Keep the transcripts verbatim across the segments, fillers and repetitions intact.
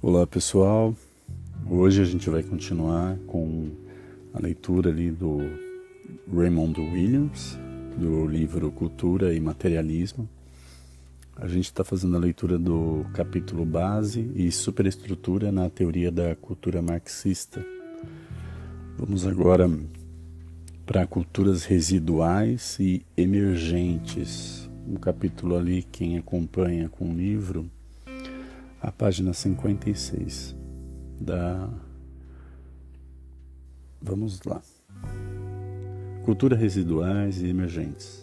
Olá pessoal, hoje a gente vai continuar com a leitura ali do Raymond Williams, do livro Cultura e Materialismo. A gente está fazendo a leitura do capítulo Base e Superestrutura na Teoria da Cultura Marxista. Vamos agora para culturas residuais e emergentes. Um capítulo ali, quem acompanha com o livro, a página cinquenta e seis da... Vamos lá. Culturas residuais e emergentes.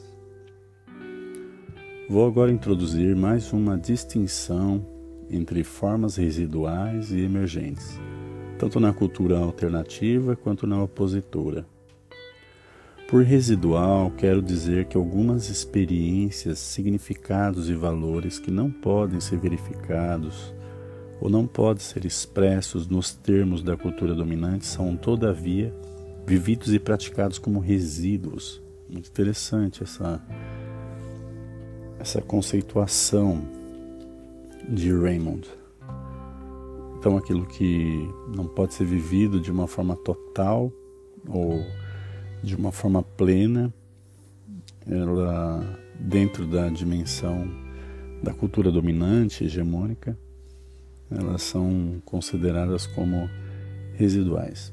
Vou agora introduzir mais uma distinção entre formas residuais e emergentes, tanto na cultura alternativa quanto na opositora. Por residual, quero dizer que algumas experiências, significados e valores que não podem ser verificados ou não podem ser expressos nos termos da cultura dominante são, todavia, vividos e praticados como resíduos. Muito interessante essa, essa conceituação de Raymond. Então, aquilo que não pode ser vivido de uma forma total ou de uma forma plena, ela dentro da dimensão da cultura dominante, hegemônica, elas são consideradas como residuais.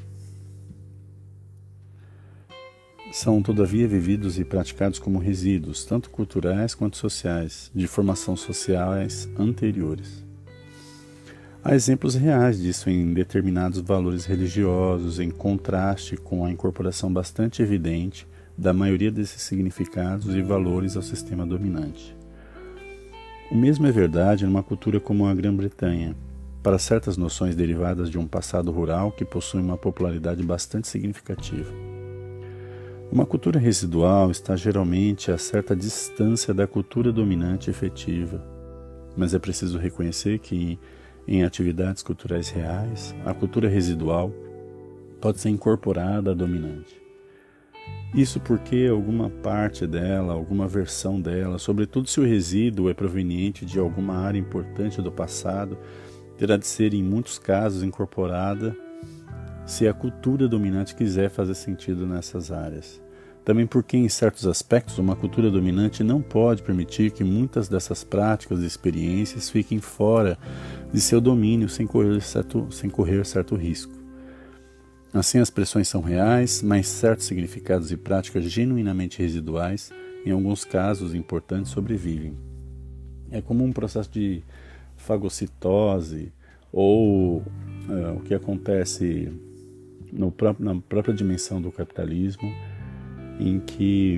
São, todavia, vividos e praticados como resíduos, tanto culturais quanto sociais, de formações sociais anteriores. Há exemplos reais disso em determinados valores religiosos, em contraste com a incorporação bastante evidente da maioria desses significados e valores ao sistema dominante. O mesmo é verdade numa cultura como a Grã-Bretanha, para certas noções derivadas de um passado rural que possui uma popularidade bastante significativa. Uma cultura residual está geralmente a certa distância da cultura dominante efetiva, mas é preciso reconhecer que em atividades culturais reais, a cultura residual pode ser incorporada à dominante. Isso porque alguma parte dela, alguma versão dela, sobretudo se o resíduo é proveniente de alguma área importante do passado, terá de ser, em muitos casos, incorporada se a cultura dominante quiser fazer sentido nessas áreas. Também porque, em certos aspectos, uma cultura dominante não pode permitir que muitas dessas práticas e experiências fiquem fora de seu domínio sem correr certo, sem correr certo risco. Assim, as pressões são reais, mas certos significados e práticas genuinamente residuais, em alguns casos importantes, sobrevivem. É como um processo de fagocitose ou é, o que acontece no próprio, na própria dimensão do capitalismo, em que,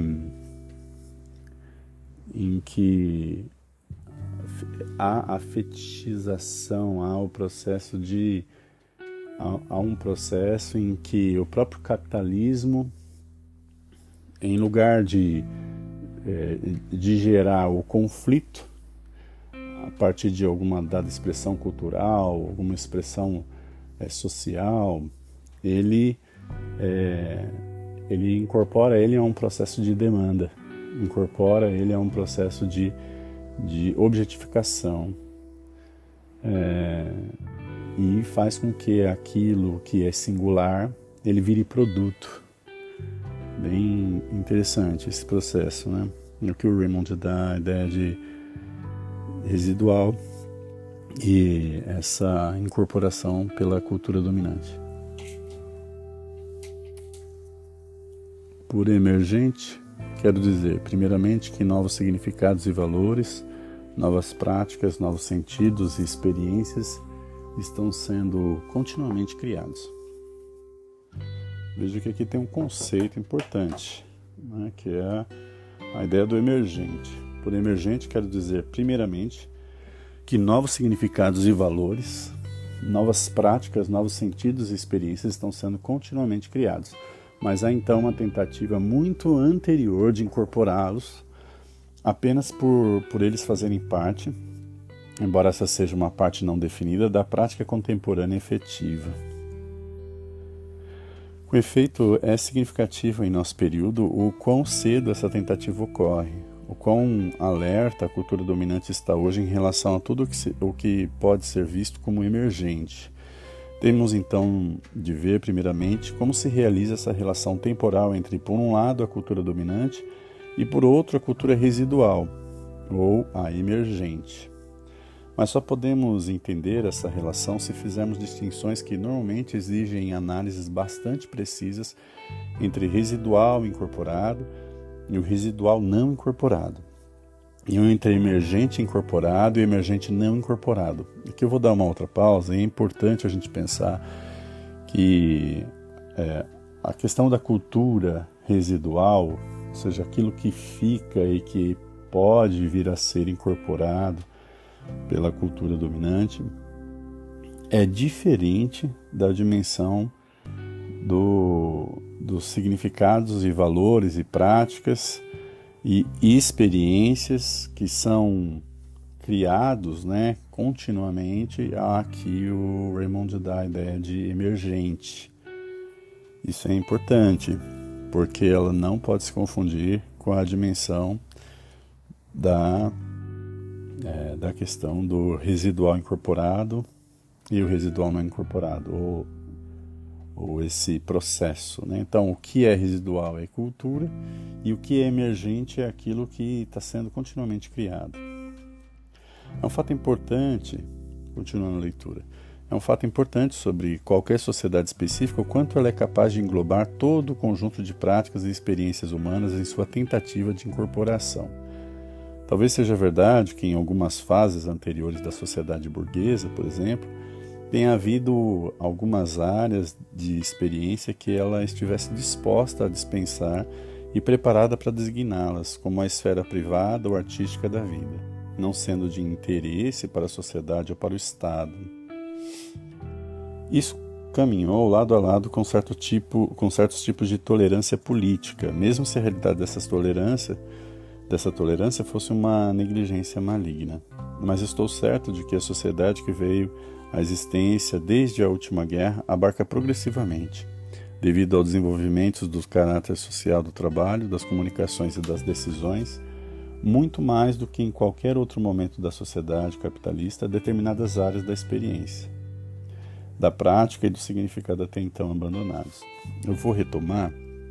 em que há a fetichização, há o processo de há, há um processo em que o próprio capitalismo, em lugar de, é, de gerar o conflito a partir de alguma dada expressão cultural, alguma expressão é, social, ele é, ele incorpora ele a um processo de demanda, incorpora ele a um processo de, de objetificação, é, e faz com que aquilo que é singular, ele vire produto. Bem interessante esse processo, né? O que o Raymond dá a ideia de residual e essa incorporação pela cultura dominante. Por emergente, quero dizer, primeiramente, que novos significados e valores, novas práticas, novos sentidos e experiências estão sendo continuamente criados. Veja que aqui tem um conceito importante, né, que é a ideia do emergente. Por emergente, quero dizer, primeiramente, que novos significados e valores, novas práticas, novos sentidos e experiências estão sendo continuamente criados. Mas há então uma tentativa muito anterior de incorporá-los, apenas por, por eles fazerem parte, embora essa seja uma parte não definida, da prática contemporânea efetiva. Com efeito, é significativo em nosso período o quão cedo essa tentativa ocorre, o quão alerta a cultura dominante está hoje em relação a tudo o que, se, o que pode ser visto como emergente. Temos então de ver, primeiramente, como se realiza essa relação temporal entre, por um lado, a cultura dominante e, por outro, a cultura residual, ou a emergente. Mas só podemos entender essa relação se fizermos distinções que normalmente exigem análises bastante precisas entre residual incorporado e o residual não incorporado, e um entre emergente incorporado e emergente não incorporado. Aqui eu vou dar uma outra pausa, e é importante a gente pensar que é, a questão da cultura residual, ou seja, aquilo que fica e que pode vir a ser incorporado pela cultura dominante, é diferente da dimensão do, dos significados e valores e práticas e experiências que são criados, né, continuamente. Aqui o Raymond dá a ideia de emergente. Isso é importante, porque ela não pode se confundir com a dimensão da, é, da questão do residual incorporado e o residual não incorporado, ou ou esse processo, né? Então, o que é residual é cultura e o que é emergente é aquilo que está sendo continuamente criado. É um fato importante, continuando a leitura, é um fato importante sobre qualquer sociedade específica o quanto ela é capaz de englobar todo o conjunto de práticas e experiências humanas em sua tentativa de incorporação. Talvez seja verdade que em algumas fases anteriores da sociedade burguesa, por exemplo, tem havido algumas áreas de experiência que ela estivesse disposta a dispensar e preparada para designá-las como a esfera privada ou artística da vida, não sendo de interesse para a sociedade ou para o Estado. Isso caminhou lado a lado com, certo tipo, com certos tipos de tolerância política, mesmo se a realidade dessas tolerância, dessa tolerância fosse uma negligência maligna. Mas estou certo de que a sociedade que veio a existência desde a última guerra abarca progressivamente, devido ao desenvolvimento do caráter social do trabalho, das comunicações e das decisões, muito mais do que em qualquer outro momento da sociedade capitalista, determinadas áreas da experiência, da prática e do significado até então abandonados. Eu vou retomar,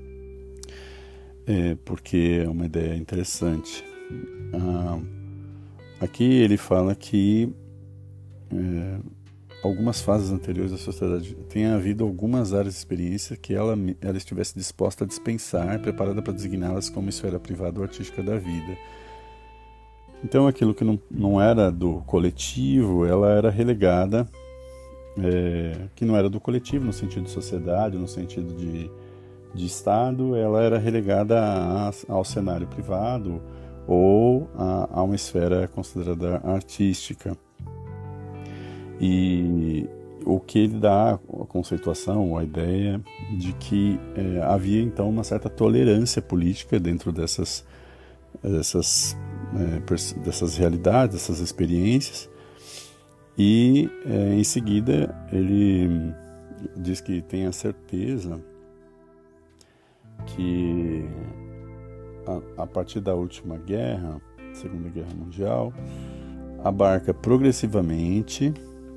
é, porque é uma ideia interessante. Ah, aqui ele fala que é, algumas fases anteriores da sociedade tem havido algumas áreas de experiência que ela, ela estivesse disposta a dispensar, preparada para designá-las como esfera privada ou artística da vida. Então aquilo que não, não era do coletivo, ela era relegada, é, que não era do coletivo no sentido de sociedade, no sentido de, de Estado, ela era relegada a, ao cenário privado ou a, a uma esfera considerada artística. E o que ele dá a conceituação, a ideia de que é, havia então uma certa tolerância política dentro dessas, dessas, é, dessas realidades, dessas experiências, e é, em seguida ele diz que tem a certeza que a, a partir da última guerra, Segunda Guerra Mundial, abarca progressivamente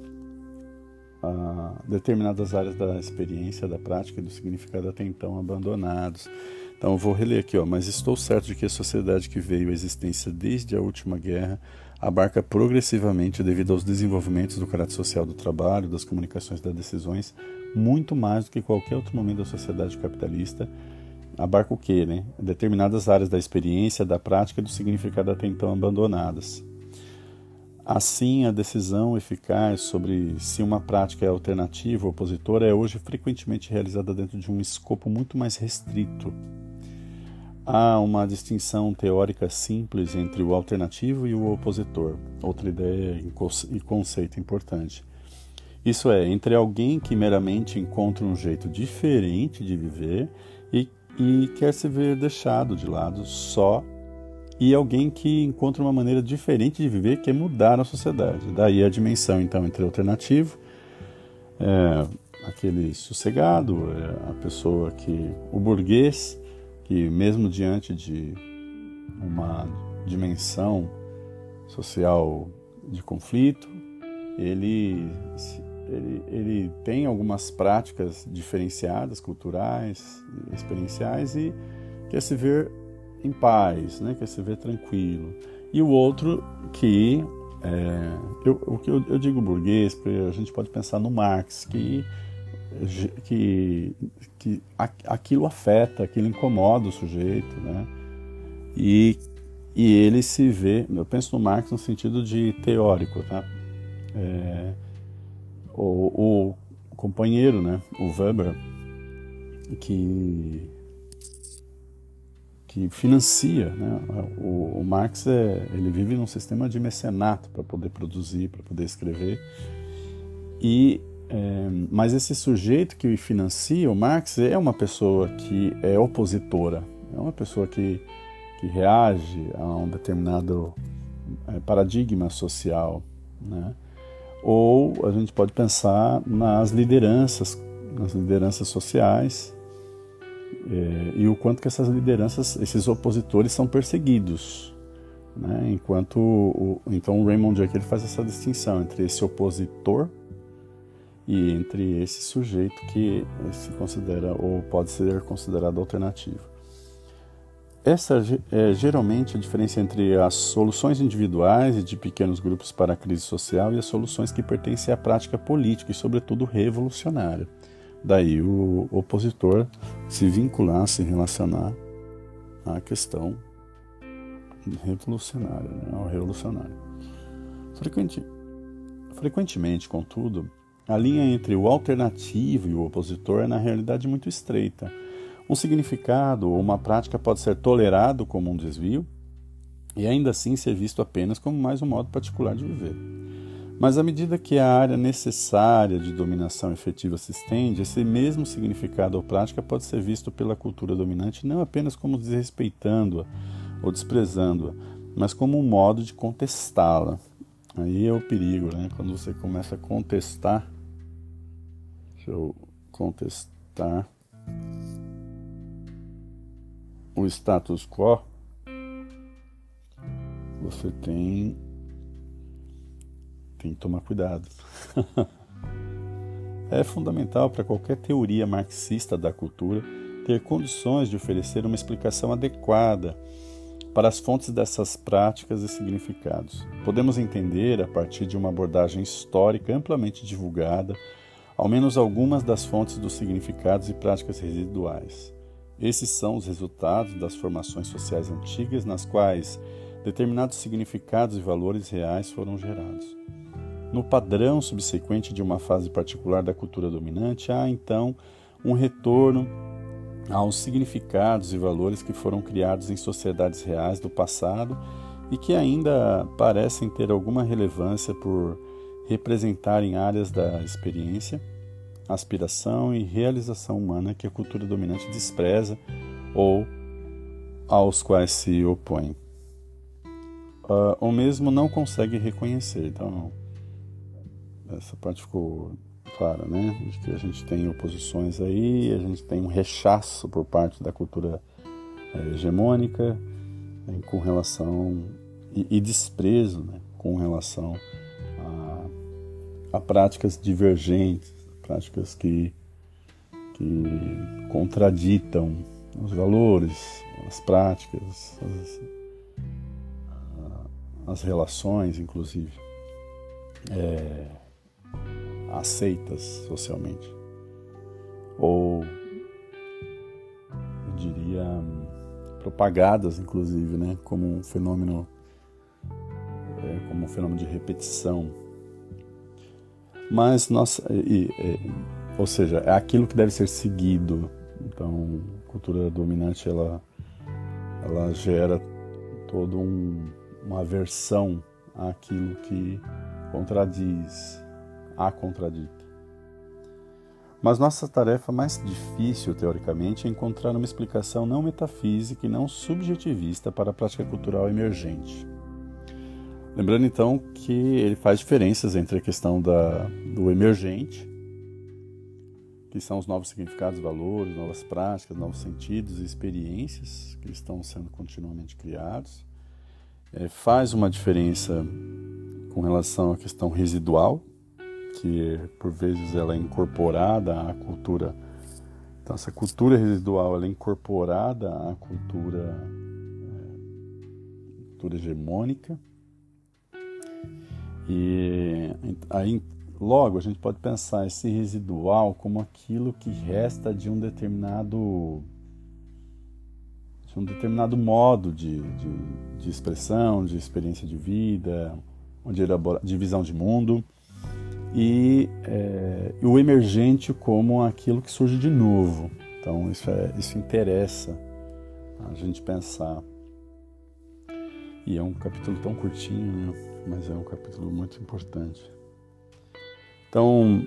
a determinadas áreas da experiência, da prática e do significado até então abandonados. Então eu vou reler aqui, ó, mas estou certo de que a sociedade que veio à existência desde a última guerra abarca progressivamente, devido aos desenvolvimentos do caráter social do trabalho, das comunicações e das decisões, muito mais do que qualquer outro momento da sociedade capitalista. Abarca o quê, né? Determinadas áreas da experiência, da prática e do significado até então abandonadas. Assim, a decisão eficaz sobre se uma prática é alternativa ou opositora é hoje frequentemente realizada dentro de um escopo muito mais restrito. Há uma distinção teórica simples entre o alternativo e o opositor, outra ideia e conceito importante. Isso é, entre alguém que meramente encontra um jeito diferente de viver e, e quer se ver deixado de lado só, e alguém que encontra uma maneira diferente de viver, que é mudar a sociedade. Daí a dimensão, então, entre alternativo, é, aquele sossegado, é a pessoa que, o burguês, que mesmo diante de uma dimensão social de conflito, ele, ele, ele tem algumas práticas diferenciadas, culturais, experienciais, e quer se ver em paz, né? Quer se ver tranquilo. E o outro que, é, eu, o que eu, eu digo burguês, porque a gente pode pensar no Marx, que, que, que aquilo afeta, aquilo incomoda o sujeito, né? E, e ele se vê, eu penso no Marx no sentido de teórico, tá? É, o, o companheiro, né? O Weber, que que financia, né? O, o Marx é, ele vive num sistema de mecenato para poder produzir, para poder escrever. E é, mas esse sujeito que financia o Marx é uma pessoa que é opositora, é uma pessoa que que reage a um determinado é, paradigma social, né? Ou a gente pode pensar nas lideranças, nas lideranças sociais. É, e o quanto que essas lideranças, esses opositores são perseguidos, né? Enquanto o, então o Raymond Jack ele faz essa distinção entre esse opositor e entre esse sujeito que se considera ou pode ser considerado alternativo. Essa é geralmente a diferença entre as soluções individuais e de pequenos grupos para a crise social e as soluções que pertencem à prática política e, sobretudo, revolucionária. Daí o opositor se vincular, se relacionar à questão revolucionária, né? Ao revolucionário. Frequente, frequentemente, contudo, a linha entre o alternativo e o opositor é na realidade muito estreita. Um significado ou uma prática pode ser tolerado como um desvio e ainda assim ser visto apenas como mais um modo particular de viver. Mas à medida que a área necessária de dominação efetiva se estende, esse mesmo significado ou prática pode ser visto pela cultura dominante não apenas como desrespeitando-a ou desprezando-a, mas como um modo de contestá-la. Aí é o perigo, né? Quando você começa a contestar, deixa eu contestar o status quo, você tem Tem que tomar cuidado. É fundamental para qualquer teoria marxista da cultura ter condições de oferecer uma explicação adequada para as fontes dessas práticas e significados. Podemos entender, a partir de uma abordagem histórica amplamente divulgada, ao menos algumas das fontes dos significados e práticas residuais. Esses são os resultados das formações sociais antigas nas quais determinados significados e valores reais foram gerados. No padrão subsequente de uma fase particular da cultura dominante, há então um retorno aos significados e valores que foram criados em sociedades reais do passado e que ainda parecem ter alguma relevância por representarem áreas da experiência, aspiração e realização humana que a cultura dominante despreza ou aos quais se opõe. Uh, ou mesmo não consegue reconhecer. Então, essa parte ficou clara, né? De que a gente tem oposições aí, a gente tem um rechaço por parte da cultura é, hegemônica né, com relação e, e desprezo, né, com relação a, a práticas divergentes, práticas que, que contraditam os valores, as práticas, as, as relações, inclusive. É, aceitas socialmente, ou eu diria propagadas, inclusive, né, como um fenômeno, é, como um fenômeno de repetição. Mas nossa, e, e, ou seja, é aquilo que deve ser seguido. Então, a cultura dominante ela, ela gera toda um, uma aversão àquilo que contradiz, a contradita. Mas nossa tarefa mais difícil, teoricamente, é encontrar uma explicação não metafísica e não subjetivista para a prática cultural emergente. Lembrando, então, que ele faz diferenças entre a questão da, do emergente, que são os novos significados, valores, novas práticas, novos sentidos e experiências que estão sendo continuamente criados, é, faz uma diferença com relação à questão residual, que por vezes ela é incorporada à cultura. Então essa cultura residual ela é incorporada à cultura, é, cultura hegemônica. E aí logo a gente pode pensar esse residual como aquilo que resta de um determinado de um determinado modo de, de, de expressão, de experiência de vida, de, elabora, de visão de mundo, e é, o emergente como aquilo que surge de novo. Então isso, é, isso interessa a gente pensar. E é um capítulo tão curtinho, né? Mas é um capítulo muito importante. Então,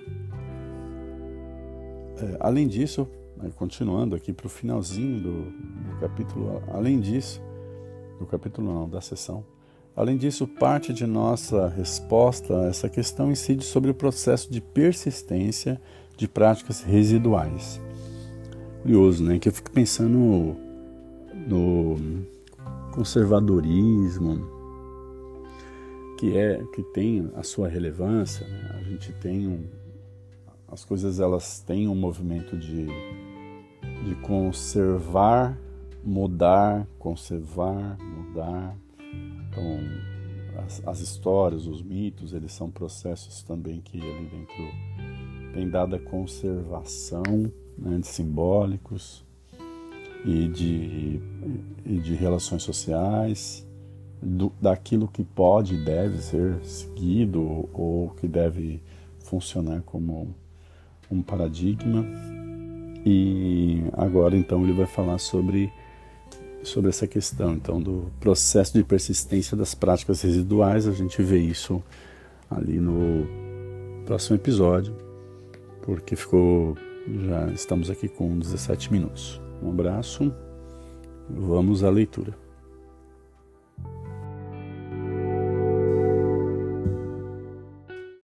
é, além disso, continuando aqui para o finalzinho do, do capítulo, além disso, do capítulo não, da sessão, além disso, parte de nossa resposta a essa questão incide sobre o processo de persistência de práticas residuais. Curioso, né? Que eu fico pensando no, no conservadorismo, que, é, que tem a sua relevância, né? A gente tem um, as coisas elas têm um movimento de de conservar, mudar, conservar, mudar. Então, as, as histórias, os mitos, eles são processos também que ali dentro tem dada conservação, né, de simbólicos e de, e de relações sociais, do, daquilo que pode e deve ser seguido ou que deve funcionar como um paradigma. E agora então ele vai falar sobre, sobre essa questão então, do processo de persistência das práticas residuais. A gente vê isso ali no próximo episódio, porque ficou, já estamos aqui com dezessete minutos. Um abraço, vamos à leitura.